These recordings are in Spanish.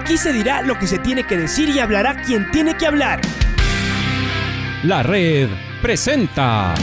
Aquí se dirá lo que se tiene que decir y hablará quien tiene que hablar. La Red presenta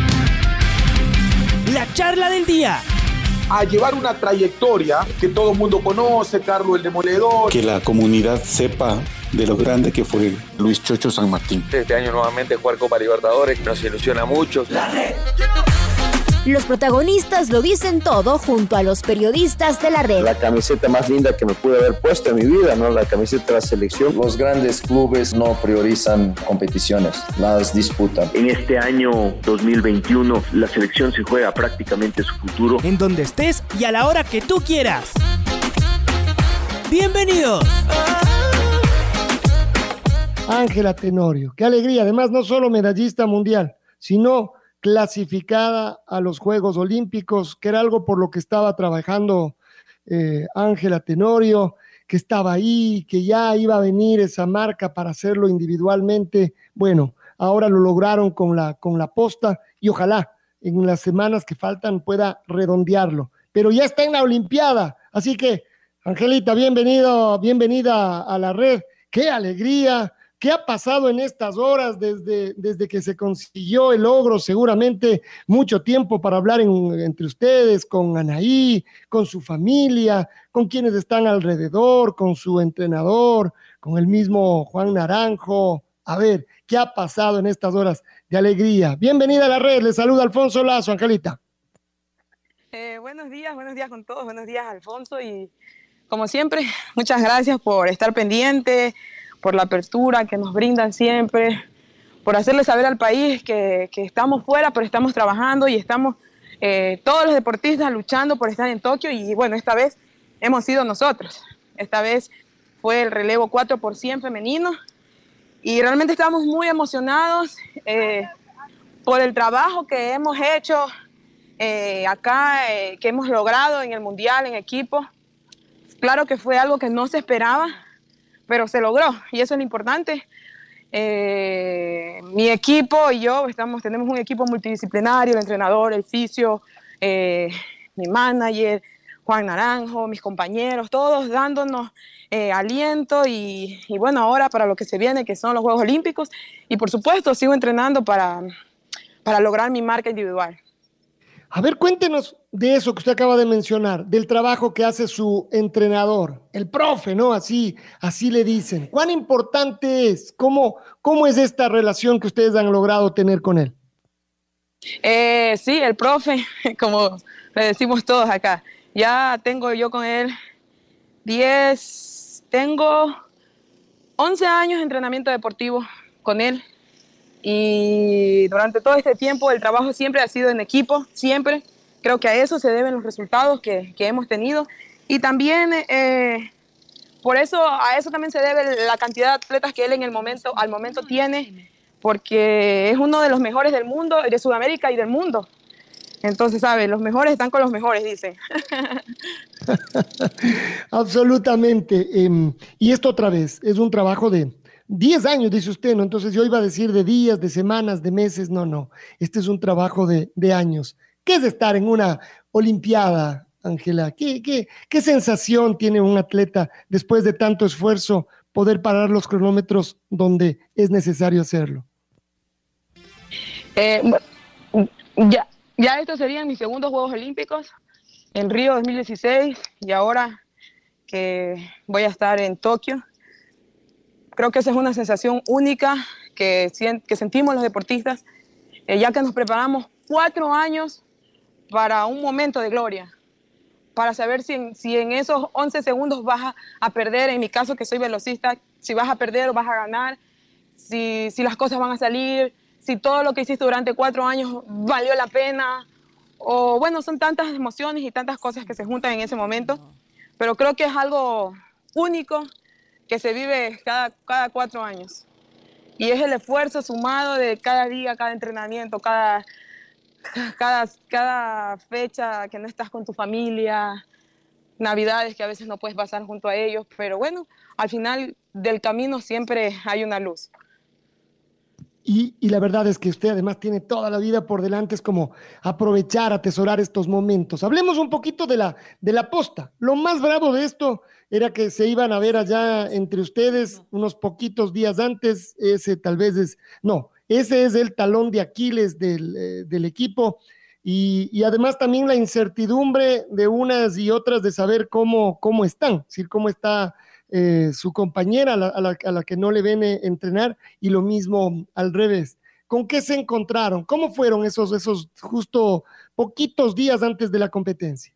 La charla del día. A llevar una trayectoria que todo el mundo conoce, Carlos el Demoledor. Que la comunidad sepa de lo grande que fue Luis Chocho San Martín. Este año nuevamente jugar Copa Libertadores nos ilusiona mucho. La Red. Los protagonistas lo dicen todo junto a los periodistas de la red. La camiseta más linda que me pude haber puesto en mi vida, ¿no? La camiseta de la selección. Los grandes clubes no priorizan competiciones, las disputan. En este año 2021 la selección se juega prácticamente su futuro. En donde estés y a la hora que tú quieras. ¡Bienvenidos! Ángela Tenorio, qué alegría. Además, no solo medallista mundial, sino clasificada a los Juegos Olímpicos, que era algo por lo que estaba trabajando Ángela Tenorio, que estaba ahí, que ya iba a venir esa marca para hacerlo individualmente. Bueno, ahora lo lograron con la posta y ojalá en las semanas que faltan pueda redondearlo. Pero ya está en la Olimpiada, así que, Angelita, bienvenida a la red. ¡Qué alegría! ¿Qué ha pasado en estas horas desde que se consiguió el logro? Seguramente mucho tiempo para hablar entre ustedes, con Anaí, con su familia, con quienes están alrededor, con su entrenador, con el mismo Juan Naranjo. A ver, ¿qué ha pasado en estas horas de alegría? Bienvenida a la red, le saluda Alfonso Lazo, Angelita. Buenos días con todos, buenos días Alfonso, y como siempre, muchas gracias por estar pendiente, por la apertura que nos brindan siempre, por hacerle saber al país que estamos fuera, pero estamos trabajando y estamos todos los deportistas luchando por estar en Tokio. Y bueno, esta vez hemos sido nosotros. Esta vez fue el relevo 4x100 femenino y realmente estamos muy emocionados por el trabajo que hemos hecho acá, que hemos logrado en el Mundial en equipo. Claro que fue algo que no se esperaba, pero se logró y eso es lo importante. Mi equipo y yo tenemos un equipo multidisciplinario, el entrenador, el fisio, mi manager, Juan Naranjo, mis compañeros, todos dándonos aliento y bueno, ahora para lo que se viene, que son los Juegos Olímpicos, y por supuesto sigo entrenando para lograr mi marca individual. A ver, cuéntenos de eso que usted acaba de mencionar, del trabajo que hace su entrenador, el profe, ¿no? Así le dicen. ¿Cuán importante es? ¿Cómo es esta relación que ustedes han logrado tener con él? Sí, el profe, como le decimos todos acá. Ya tengo yo con él 11 años de entrenamiento deportivo con él. Y durante todo este tiempo el trabajo siempre ha sido en equipo, siempre. Creo que a eso se deben los resultados que hemos tenido. Y también a eso también se debe la cantidad de atletas que él al momento tiene, porque es uno de los mejores del mundo, de Sudamérica y del mundo. Entonces, ¿sabes? Los mejores están con los mejores, dicen. Absolutamente. Y esto otra vez, es un trabajo de 10 años, dice usted, ¿no? Entonces yo iba a decir de días, de semanas, de meses. No. Este es un trabajo de años. ¿Qué es estar en una Olimpiada, Ángela? ¿Qué sensación tiene un atleta después de tanto esfuerzo poder parar los cronómetros donde es necesario hacerlo? Ya estos serían mis segundos Juegos Olímpicos en Río 2016 y ahora que voy a estar en Tokio. Creo que esa es una sensación única que sentimos los deportistas, ya que nos preparamos 4 años para un momento de gloria, para saber si en esos 11 segundos vas a perder, en mi caso que soy velocista, si vas a perder o vas a ganar, si las cosas van a salir, si todo lo que hiciste durante 4 años valió la pena, o bueno, son tantas emociones y tantas cosas que se juntan en ese momento, pero creo que es algo único que se vive cada 4 años. Y es el esfuerzo sumado de cada día, cada entrenamiento, cada fecha que no estás con tu familia, navidades que a veces no puedes pasar junto a ellos, pero bueno, al final del camino siempre hay una luz. Y la verdad es que usted además tiene toda la vida por delante, es como aprovechar, atesorar estos momentos. Hablemos un poquito de la posta. Lo más bravo de esto era que se iban a ver allá entre ustedes unos poquitos días antes. Ese tal vez ese es el talón de Aquiles del equipo. Y además también la incertidumbre de unas y otras de saber cómo están, es decir, cómo está su compañera a la que no le ven entrenar, y lo mismo al revés. ¿Con qué se encontraron? ¿Cómo fueron esos justo poquitos días antes de la competencia?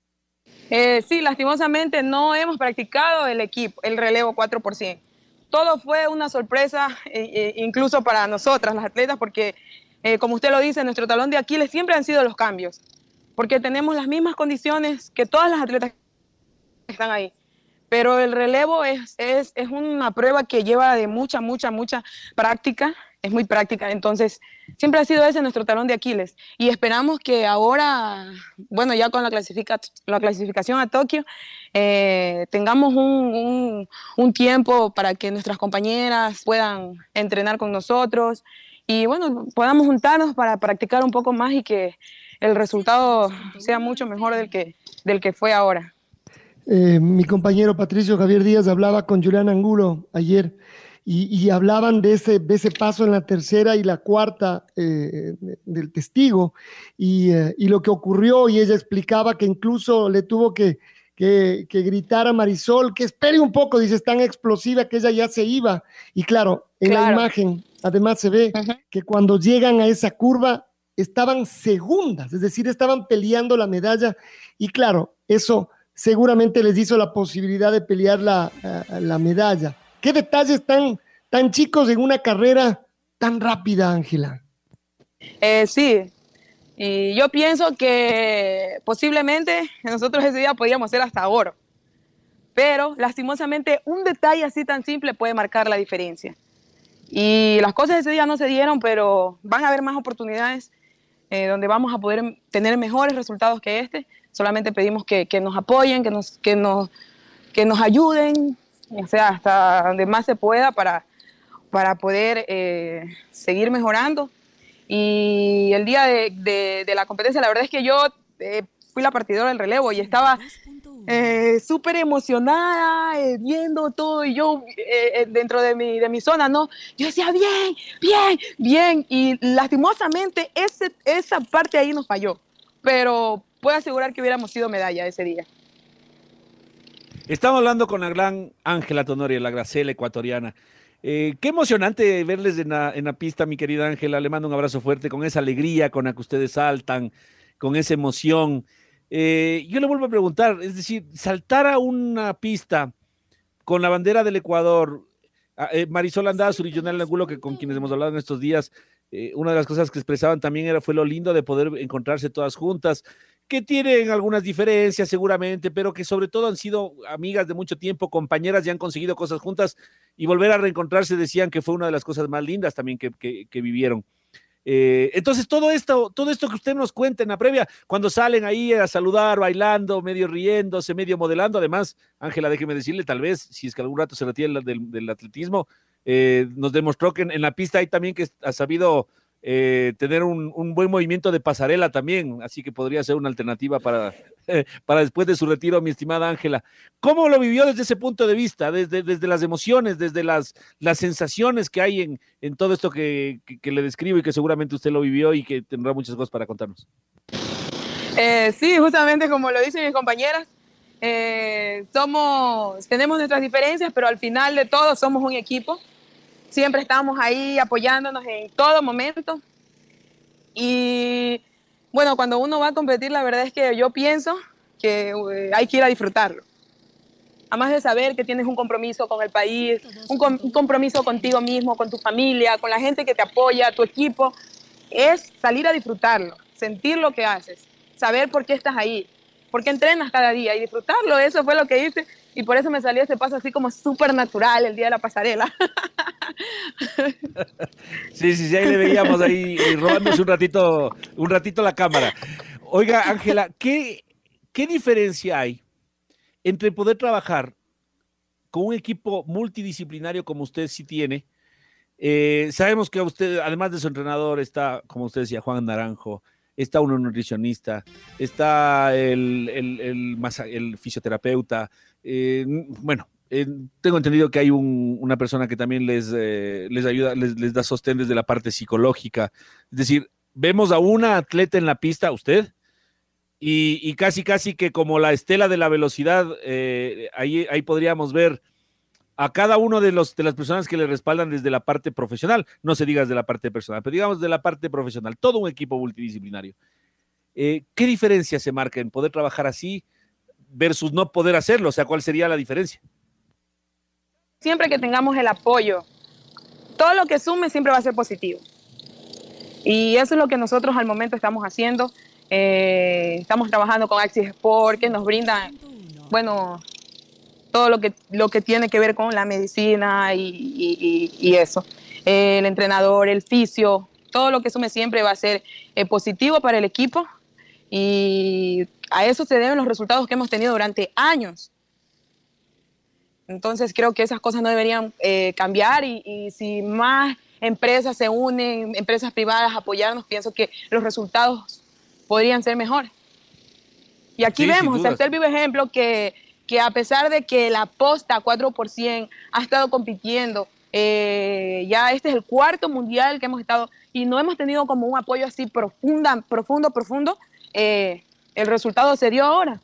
Sí, lastimosamente no hemos practicado el relevo 4%. Todo fue una sorpresa, incluso para nosotras, las atletas, porque como usted lo dice, nuestro talón de Aquiles siempre han sido los cambios, porque tenemos las mismas condiciones que todas las atletas que están ahí. Pero el relevo es una prueba que lleva de mucha práctica, es muy práctica, entonces siempre ha sido ese nuestro talón de Aquiles. Y esperamos que ahora, bueno, ya con la clasificación a Tokio, tengamos un tiempo para que nuestras compañeras puedan entrenar con nosotros y, bueno, podamos juntarnos para practicar un poco más y que el resultado sea mucho mejor del que fue ahora. Mi compañero Patricio Javier Díaz hablaba con Julián Angulo ayer y hablaban de ese paso en la tercera y la cuarta del testigo y lo que ocurrió, y ella explicaba que incluso le tuvo que gritar a Marisol que espere un poco, dice, es tan explosiva que ella ya se iba, y claro, la imagen además se ve que cuando llegan a esa curva estaban segundas, es decir, estaban peleando la medalla, y claro, eso seguramente les hizo la posibilidad de pelear la medalla. ¿Qué detalles tan chicos en una carrera tan rápida, Ángela? Sí, y yo pienso que posiblemente nosotros ese día podíamos hacer hasta oro, pero lastimosamente un detalle así tan simple puede marcar la diferencia. Y las cosas ese día no se dieron, pero van a haber más oportunidades donde vamos a poder tener mejores resultados que este. Solamente pedimos que nos apoyen, que nos ayuden, o sea, hasta donde más se pueda para poder seguir mejorando. Y el día de la competencia, la verdad es que yo fui la partidora del relevo y estaba súper emocionada viendo todo, y yo dentro de mi zona, ¿no? Yo decía, bien, y lastimosamente esa parte ahí nos falló, pero puedo asegurar que hubiéramos sido medalla ese día. Estamos hablando con la gran Ángela Tonoria, la Gracela ecuatoriana. Qué emocionante verles en la pista, mi querida Ángela. Le mando un abrazo fuerte con esa alegría con la que ustedes saltan, con esa emoción. Yo le vuelvo a preguntar, es decir, saltar a una pista con la bandera del Ecuador, Marisol Andazuri y Jonel Angulo, que con quienes hemos hablado en estos días, una de las cosas que expresaban también fue lo lindo de poder encontrarse todas juntas, que tienen algunas diferencias seguramente, pero que sobre todo han sido amigas de mucho tiempo, compañeras, y han conseguido cosas juntas, y volver a reencontrarse decían que fue una de las cosas más lindas también que vivieron. Entonces todo esto que usted nos cuenta en la previa, cuando salen ahí a saludar, bailando, medio riéndose, medio modelando, además, Ángela, déjeme decirle, tal vez, si es que algún rato se retira del atletismo, nos demostró que en la pista hay también que ha sabido tener un buen movimiento de pasarela también, así que podría ser una alternativa para después de su retiro, mi estimada Ángela. ¿Cómo lo vivió desde ese punto de vista, desde las emociones, desde las sensaciones que hay en todo esto que le describo, y que seguramente usted lo vivió y que tendrá muchas cosas para contarnos? Sí, justamente como lo dicen mis compañeras, tenemos nuestras diferencias, pero al final de todo somos un equipo. Siempre estamos ahí apoyándonos en todo momento. Y bueno, cuando uno va a competir, la verdad es que yo pienso que hay que ir a disfrutarlo. Además de saber que tienes un compromiso con el país, un compromiso contigo mismo, con tu familia, con la gente que te apoya, tu equipo, es salir a disfrutarlo, sentir lo que haces, saber por qué estás ahí, por qué entrenas cada día y disfrutarlo. Eso fue lo que hice. Y por eso me salió ese paso así como súper natural el día de la pasarela. Sí, ahí le veíamos ahí robándose un ratito la cámara. Oiga, Ángela, ¿qué diferencia hay entre poder trabajar con un equipo multidisciplinario como usted sí tiene, Sabemos que usted, además de su entrenador, está, como usted decía, Juan Naranjo, está un nutricionista, está el fisioterapeuta. Tengo entendido que hay una persona que también les ayuda, les da sostén desde la parte psicológica. Es decir, vemos a una atleta en la pista, usted, y casi que como la estela de la velocidad, ahí podríamos ver a cada uno de las personas que le respaldan desde la parte profesional, no se diga desde la parte personal, pero digamos de la parte profesional, todo un equipo multidisciplinario. ¿Qué diferencia se marca en poder trabajar así versus no poder hacerlo? O sea, ¿cuál sería la diferencia? Siempre que tengamos el apoyo, todo lo que sume siempre va a ser positivo. Y eso es lo que nosotros al momento estamos haciendo. Estamos trabajando con Axis Sport, que nos brindan, bueno, todo lo que tiene que ver con la medicina y eso. El entrenador, el fisio, todo lo que sume siempre va a ser positivo para el equipo, y a eso se deben los resultados que hemos tenido durante años. Entonces creo que esas cosas no deberían cambiar, y si más empresas se unen, empresas privadas a apoyarnos, pienso que los resultados podrían ser mejores. Y aquí vemos, o sea, está el vivo ejemplo que a pesar de que la posta 4% ha estado compitiendo, ya este es el 4º mundial que hemos estado, y no hemos tenido como un apoyo así profundo, el resultado se dio ahora.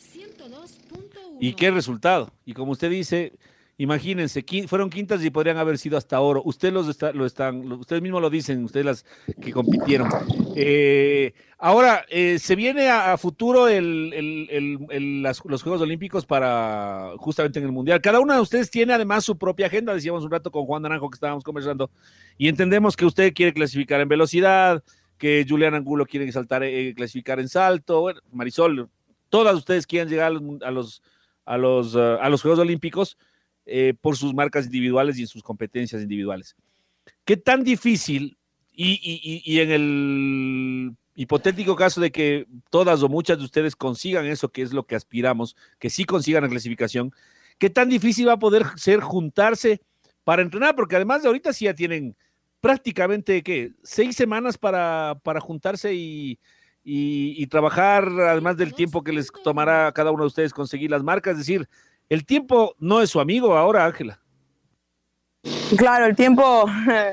¿Y qué resultado? Y como usted dice, imagínense, fueron quintas y podrían haber sido hasta oro. Ustedes ustedes mismos lo dicen, ustedes las que compitieron. Ahora, se viene a futuro los Juegos Olímpicos para justamente en el Mundial. Cada una de ustedes tiene además su propia agenda, decíamos un rato con Juan Naranjo que estábamos conversando, y entendemos que usted quiere clasificar en velocidad, que Julián Angulo quiere clasificar en salto, bueno, Marisol, todas ustedes quieren llegar a los Juegos Olímpicos por sus marcas individuales y en sus competencias individuales. ¿Qué tan difícil, y en el hipotético caso de que todas o muchas de ustedes consigan eso, que es lo que aspiramos, que sí consigan la clasificación, qué tan difícil va a poder ser juntarse para entrenar? Porque además de ahorita sí ya tienen prácticamente, 6 semanas para juntarse y trabajar, además del tiempo que les tomará a cada uno de ustedes conseguir las marcas. Es decir, el tiempo no es su amigo ahora, Ángela. Claro, el tiempo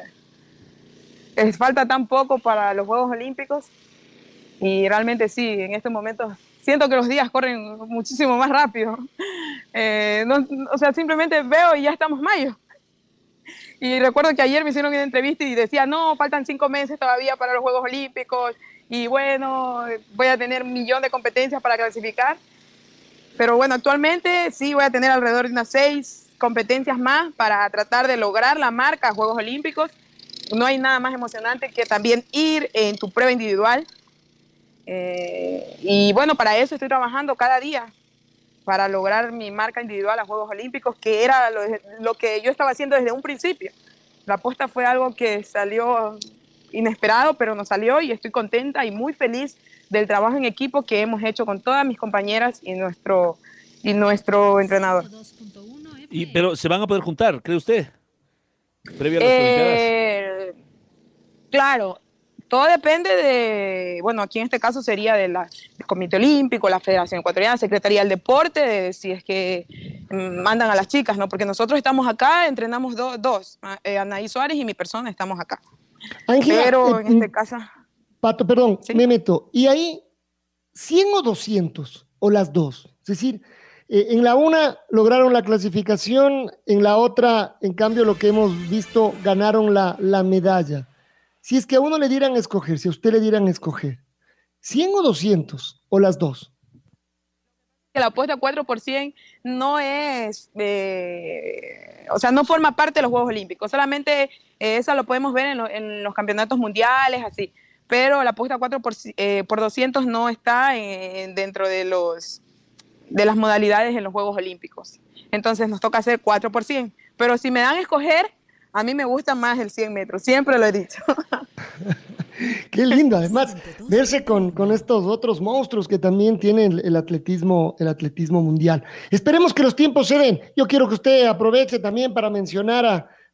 falta tan poco para los Juegos Olímpicos, y realmente sí, en este momento siento que los días corren muchísimo más rápido. O sea, simplemente veo y ya estamos mayo. Y recuerdo que ayer me hicieron una entrevista y decía, no, faltan 5 meses todavía para los Juegos Olímpicos, y bueno, voy a tener 1 millón de competencias para clasificar. Pero bueno, actualmente sí voy a tener alrededor de unas 6 competencias más para tratar de lograr la marca a Juegos Olímpicos. No hay nada más emocionante que también ir en tu prueba individual. Y bueno, para eso estoy trabajando cada día, para lograr mi marca individual a Juegos Olímpicos, que era lo que yo estaba haciendo desde un principio. La apuesta fue algo que salió inesperado, pero nos salió, y estoy contenta y muy feliz del trabajo en equipo que hemos hecho con todas mis compañeras y nuestro entrenador. Pero ¿se van a poder juntar, cree usted? Previo a las Olimpiadas. Claro, todo depende de, bueno, aquí en este caso sería del Comité Olímpico, la Federación Ecuatoriana, Secretaría del Deporte, de si es que mandan a las chicas, ¿no? Porque nosotros estamos acá, entrenamos dos, Anaí Suárez y mi persona estamos acá. Ángela, pero en este caso... Pato, perdón, ¿sí? Me meto. ¿Y ahí 100 o 200 o las dos? Es decir, en la una lograron la clasificación, en la otra, en cambio, lo que hemos visto, ganaron la medalla. Si es que a uno le dieran a escoger, si a usted le dieran a escoger, 100 o 200 o las dos. La apuesta 4% no es, o sea, no forma parte de los Juegos Olímpicos, solamente eso lo podemos ver en los campeonatos mundiales, así, pero la apuesta 4 por 200 no está dentro de las modalidades en los Juegos Olímpicos. Entonces nos toca hacer 4%, pero si me dan a escoger, a mí me gusta más el 100 metros, siempre lo he dicho. Qué lindo, además, verse con estos otros monstruos que también tienen el atletismo mundial. Esperemos que los tiempos se den. Yo quiero que usted aproveche también para mencionar a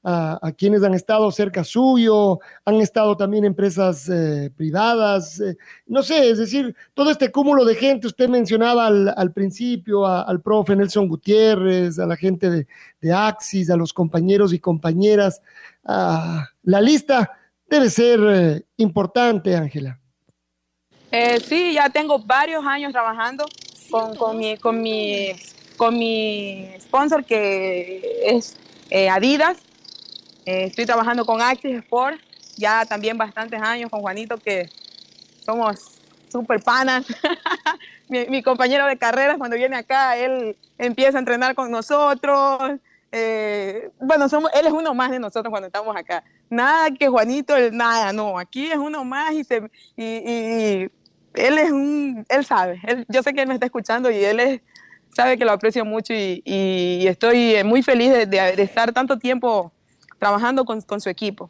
a quienes han estado cerca suyo, han estado también empresas privadas, no sé, es decir, todo este cúmulo de gente, usted mencionaba al principio al profe Nelson Gutiérrez, a la gente de Axis, a los compañeros y compañeras, la lista debe ser importante, Ángela. Sí, ya tengo varios años trabajando con mi sponsor, que es Adidas. Estoy trabajando con Axis Sport ya también bastantes años, con Juanito, que somos súper panas. mi compañero de carreras, cuando viene acá, él empieza a entrenar con nosotros. Bueno, él es uno más de nosotros cuando estamos acá. Nada que Juanito, nada, no. Aquí es uno más y él sabe. Yo sé que él me está escuchando y sabe que lo aprecio mucho y estoy muy feliz de estar tanto tiempo trabajando con su equipo.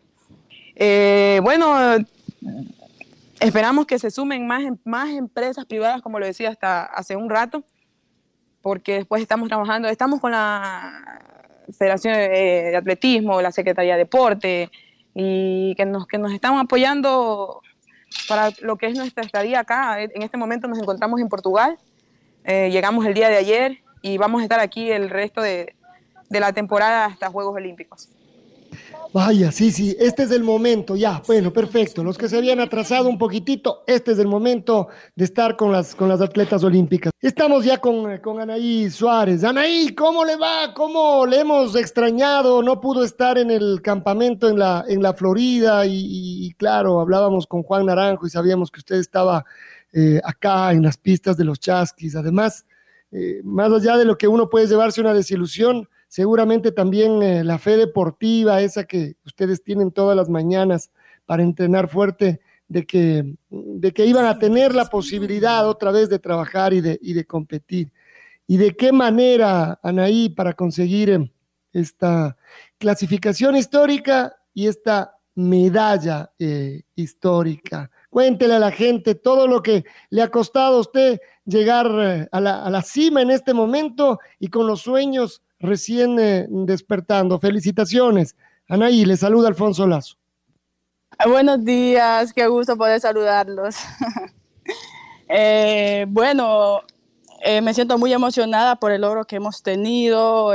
Bueno, esperamos que se sumen más empresas privadas, como lo decía hasta hace un rato, porque después estamos con la Federación de Atletismo, la Secretaría de Deporte, y que nos están apoyando para lo que es nuestra estadía acá. En este momento nos encontramos en Portugal, llegamos el día de ayer y vamos a estar aquí el resto de la temporada hasta Juegos Olímpicos. Vaya, sí, este es el momento, ya, bueno, perfecto. Los que se habían atrasado un poquitito, este es el momento de estar con las atletas olímpicas. Estamos ya con Anaí Suárez. Anaí, ¿cómo le va? ¿Cómo le hemos extrañado? No pudo estar en el campamento en la Florida y claro, hablábamos con Juan Naranjo y sabíamos que usted estaba acá en las pistas de los Chasquis. Además, más allá de lo que uno puede llevarse una desilusión, seguramente también la fe deportiva, esa que ustedes tienen todas las mañanas para entrenar fuerte, de que iban a tener la posibilidad otra vez de trabajar y de competir. ¿Y de qué manera, Anaí, para conseguir esta clasificación histórica y esta medalla histórica? Cuéntele a la gente todo lo que le ha costado a usted llegar a la cima en este momento y con los sueños recién despertando. Felicitaciones. Anaí, le saluda Alfonso Lazo. Buenos días, qué gusto poder saludarlos. Bueno, me siento muy emocionada por el logro que hemos tenido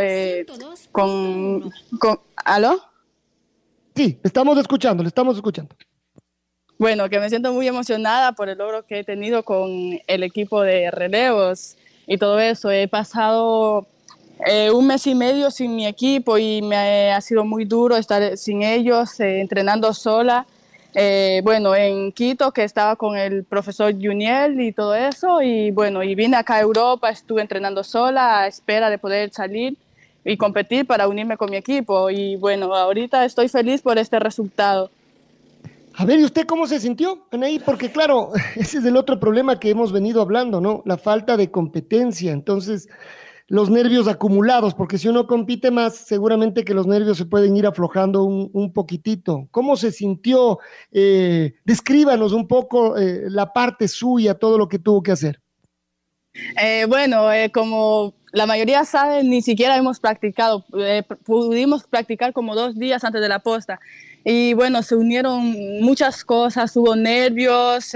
¿Aló? Sí, le estamos escuchando. Bueno, que me siento muy emocionada por el logro que he tenido con el equipo de relevos y todo eso. He pasado 1 mes y medio sin mi equipo y me ha sido muy duro estar sin ellos, entrenando sola. Bueno, en Quito, que estaba con el profesor Juniel y todo eso, y bueno, y vine acá a Europa, estuve entrenando sola a espera de poder salir y competir para unirme con mi equipo. Y bueno, ahorita estoy feliz por este resultado. A ver, ¿y usted cómo se sintió, Anaí? Porque claro, ese es el otro problema que hemos venido hablando, ¿no? La falta de competencia. Entonces, los nervios acumulados, porque si uno compite más, seguramente que los nervios se pueden ir aflojando un poquitito. ¿Cómo se sintió? Descríbanos un poco la parte suya, todo lo que tuvo que hacer. Bueno, como la mayoría sabe, ni siquiera hemos practicado. Pudimos practicar como 2 días antes de la posta. Y bueno, se unieron muchas cosas, hubo nervios,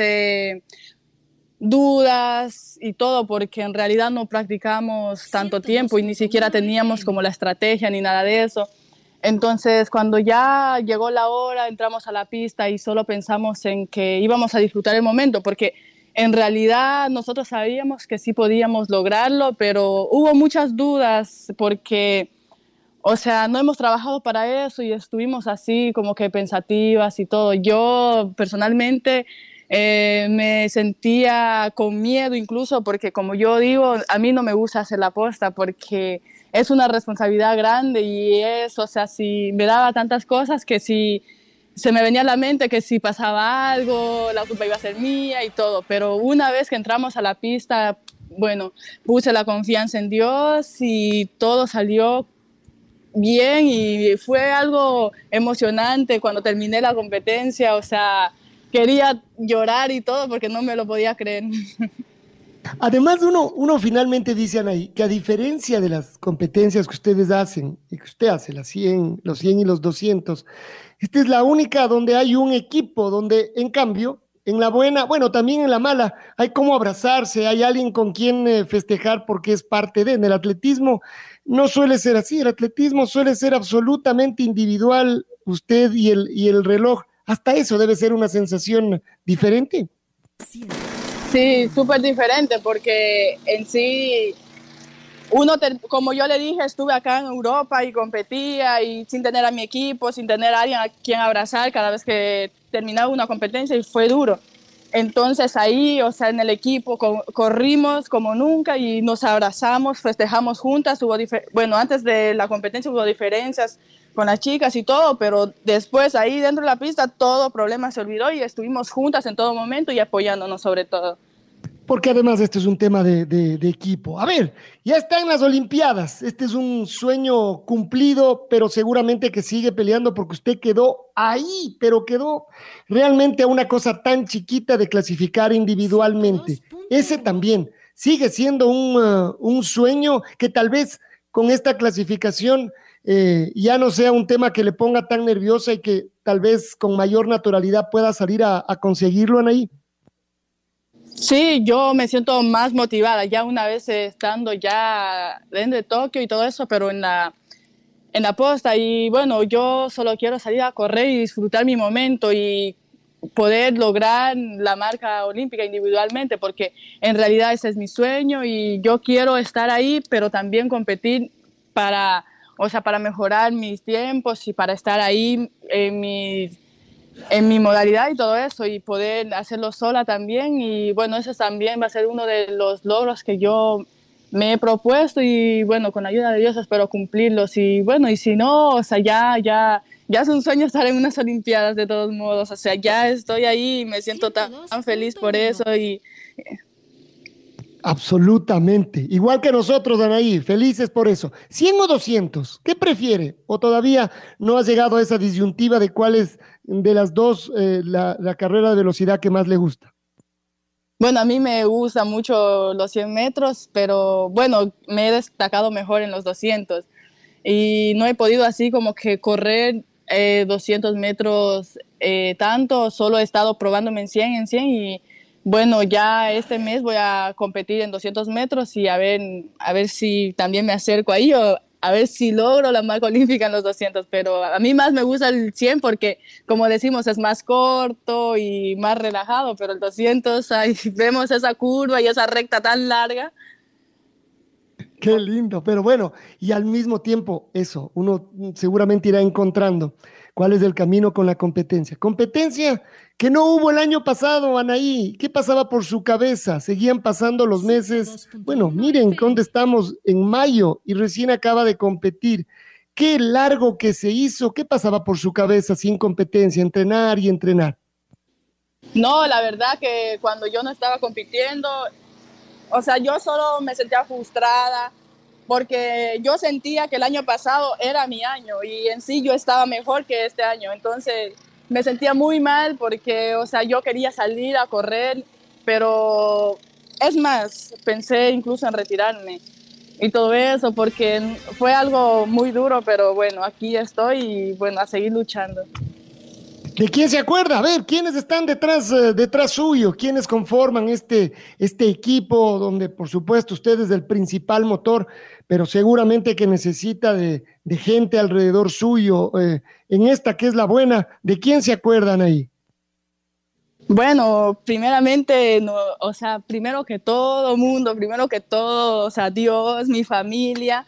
dudas y todo, porque en realidad no practicamos tanto tiempo y ni siquiera teníamos como la estrategia ni nada de eso. Entonces, cuando ya llegó la hora, entramos a la pista y solo pensamos en que íbamos a disfrutar el momento, porque en realidad nosotros sabíamos que sí podíamos lograrlo, pero hubo muchas dudas porque, o sea, no hemos trabajado para eso y estuvimos así como que pensativas y todo. Yo personalmente me sentía con miedo incluso porque, como yo digo, a mí no me gusta hacer la posta porque es una responsabilidad grande y es, o sea, si me daba tantas cosas que si se me venía a la mente que si pasaba algo, la culpa iba a ser mía y todo. Pero una vez que entramos a la pista, bueno, puse la confianza en Dios y todo salió bien y fue algo emocionante cuando terminé la competencia, o sea, quería llorar y todo porque no me lo podía creer. Además, uno finalmente dice, Anaí, que a diferencia de las competencias que ustedes hacen, y que usted hace, los 100 y los 200, esta es la única donde hay un equipo, donde en cambio, en la buena, bueno, también en la mala, hay cómo abrazarse, hay alguien con quien festejar porque es parte de. En el atletismo no suele ser así, el atletismo suele ser absolutamente individual, usted y el reloj. Hasta eso debe ser una sensación diferente. Sí, súper diferente, porque en sí, como yo le dije, estuve acá en Europa y competía y sin tener a mi equipo, sin tener a alguien a quien abrazar cada vez que terminaba una competencia y fue duro. Entonces ahí, o sea, en el equipo corrimos como nunca y nos abrazamos, festejamos juntas. Bueno, antes de la competencia hubo diferencias con las chicas y todo, pero después ahí dentro de la pista todo problema se olvidó y estuvimos juntas en todo momento y apoyándonos sobre todo. Porque además esto es un tema de equipo. A ver, ya está en las Olimpiadas. Este es un sueño cumplido, pero seguramente que sigue peleando porque usted quedó ahí, pero quedó realmente a una cosa tan chiquita de clasificar individualmente. Ese también sigue siendo un sueño que tal vez con esta clasificación ya no sea un tema que le ponga tan nerviosa y que tal vez con mayor naturalidad pueda salir a conseguirlo, Anaí. Sí, yo me siento más motivada ya una vez estando ya dentro de Tokio y todo eso, pero en la posta. Y bueno, yo solo quiero salir a correr y disfrutar mi momento y poder lograr la marca olímpica individualmente, porque en realidad ese es mi sueño y yo quiero estar ahí, pero también competir para mejorar mis tiempos y para estar ahí en mi modalidad y todo eso y poder hacerlo sola también. Y bueno, ese también va a ser uno de los logros que yo me he propuesto y bueno, con la ayuda de Dios espero cumplirlos. Y bueno, y si no, o sea, ya es un sueño estar en unas Olimpiadas de todos modos, o sea, ya estoy ahí y me siento tan feliz por eso. Y absolutamente, igual que nosotros, Anaí, felices por eso. 100 o 200, ¿qué prefiere? ¿O todavía no has llegado a esa disyuntiva de cuál es de las dos la carrera de velocidad que más le gusta? Bueno, a mí me gusta mucho los 100 metros, pero bueno, me he destacado mejor en los 200 y no he podido así como que correr 200 metros tanto, solo he estado probándome en 100 y bueno, ya este mes voy a competir en 200 metros y a ver si también me acerco ahí o a ver si logro la marca olímpica en los 200, pero a mí más me gusta el 100 porque, como decimos, es más corto y más relajado, pero el 200, ahí vemos esa curva y esa recta tan larga. Qué lindo, pero bueno, y al mismo tiempo eso, uno seguramente irá encontrando cuál es el camino con la competencia. Competencia que no hubo el año pasado, Anaí. ¿Qué pasaba por su cabeza? Seguían pasando los meses. Bueno, miren dónde estamos en mayo y recién acaba de competir. Qué largo que se hizo. ¿Qué pasaba por su cabeza sin competencia? Entrenar y entrenar. No, la verdad que cuando yo no estaba compitiendo, o sea, yo solo me sentía frustrada porque yo sentía que el año pasado era mi año y en sí yo estaba mejor que este año. Entonces me sentía muy mal porque, o sea, yo quería salir a correr, pero es más, pensé incluso en retirarme y todo eso porque fue algo muy duro, pero bueno, aquí estoy y bueno, a seguir luchando. ¿De quién se acuerda? A ver, ¿quiénes están detrás suyo? ¿Quiénes conforman este equipo donde, por supuesto, usted es el principal motor, pero seguramente que necesita de gente alrededor suyo en esta que es la buena? ¿De quién se acuerdan ahí? Bueno, primeramente, primero que todo, o sea, Dios, mi familia,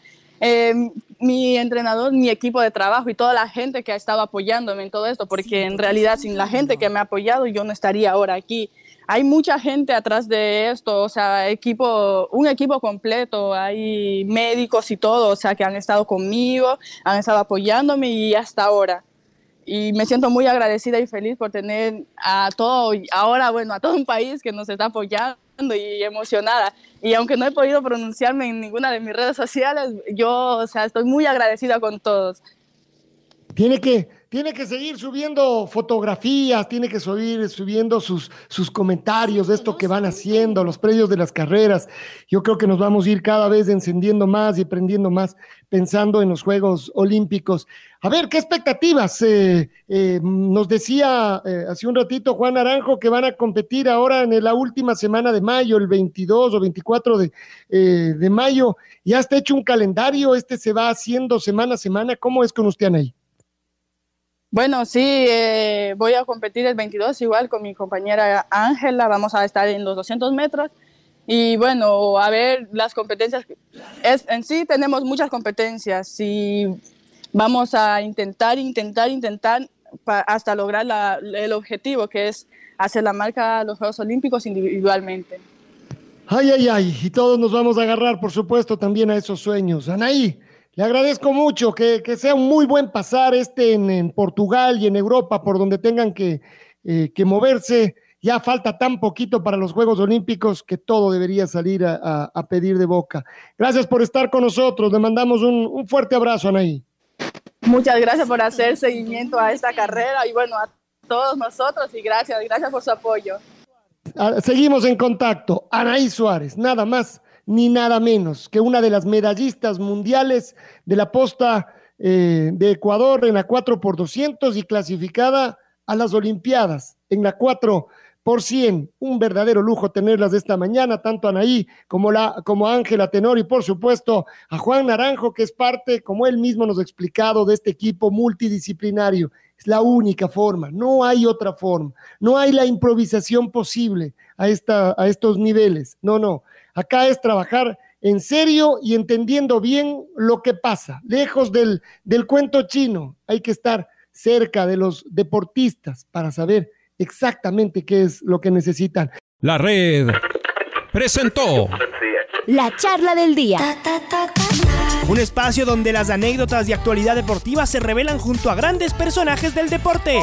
mi entrenador, mi equipo de trabajo y toda la gente que ha estado apoyándome en todo esto, porque en realidad sin la gente que me ha apoyado yo no estaría ahora aquí. Hay mucha gente atrás de esto, o sea, un equipo completo, hay médicos y todo, o sea, que han estado conmigo, han estado apoyándome y hasta ahora. Y me siento muy agradecida y feliz por tener a todo un país que nos está apoyando y emocionada. Y aunque no he podido pronunciarme en ninguna de mis redes sociales, yo, o sea, estoy muy agradecida con todos. Tiene que tiene que seguir subiendo fotografías, tiene que seguir subiendo sus comentarios de esto que van haciendo, los previos de las carreras. Yo creo que nos vamos a ir cada vez encendiendo más y prendiendo más, pensando en los Juegos Olímpicos. A ver, ¿qué expectativas? Nos decía hace un ratito Juan Naranjo que van a competir ahora en la última semana de mayo, el 22 o 24 de mayo. ¿Ya está hecho un calendario? ¿Se va haciendo semana a semana? ¿Cómo es con usted, Anaí? Bueno, sí, voy a competir el 22 igual con mi compañera Ángela, vamos a estar en los 200 metros y bueno, a ver las competencias, en sí tenemos muchas competencias y vamos a intentar hasta lograr el objetivo que es hacer la marca de los Juegos Olímpicos individualmente. Ay, y todos nos vamos a agarrar, por supuesto, también a esos sueños. Anaí, le agradezco mucho que sea un muy buen pasar en Portugal y en Europa, por donde tengan que moverse. Ya falta tan poquito para los Juegos Olímpicos que todo debería salir a pedir de boca. Gracias por estar con nosotros. Le mandamos un fuerte abrazo, Anaí. Muchas gracias por hacer seguimiento a esta carrera y bueno, a todos nosotros y gracias por su apoyo. Seguimos en contacto. Anaí Suárez, nada más ni nada menos que una de las medallistas mundiales de la posta de Ecuador en la 4x200 y clasificada a las Olimpiadas en la 4x100. Un verdadero lujo tenerlas de esta mañana, tanto Anaí como Ángela Tenori, y por supuesto a Juan Naranjo, que es parte, como él mismo nos ha explicado, de este equipo multidisciplinario. Es la única forma, no hay otra forma, no hay la improvisación posible a estos niveles, no. Acá es trabajar en serio y entendiendo bien lo que pasa, lejos del cuento chino. Hay que estar cerca de los deportistas para saber exactamente qué es lo que necesitan. La Red presentó la charla del día. Un espacio donde las anécdotas de actualidad deportiva se revelan junto a grandes personajes del deporte.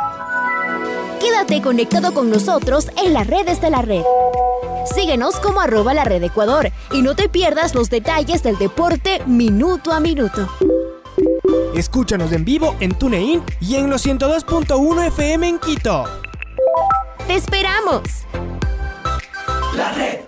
Quédate conectado con nosotros en las redes de la red. Síguenos como @LaRedEcuador y no te pierdas los detalles del deporte minuto a minuto. Escúchanos en vivo en TuneIn y en los 102.1 FM en Quito. ¡Te esperamos! La Red.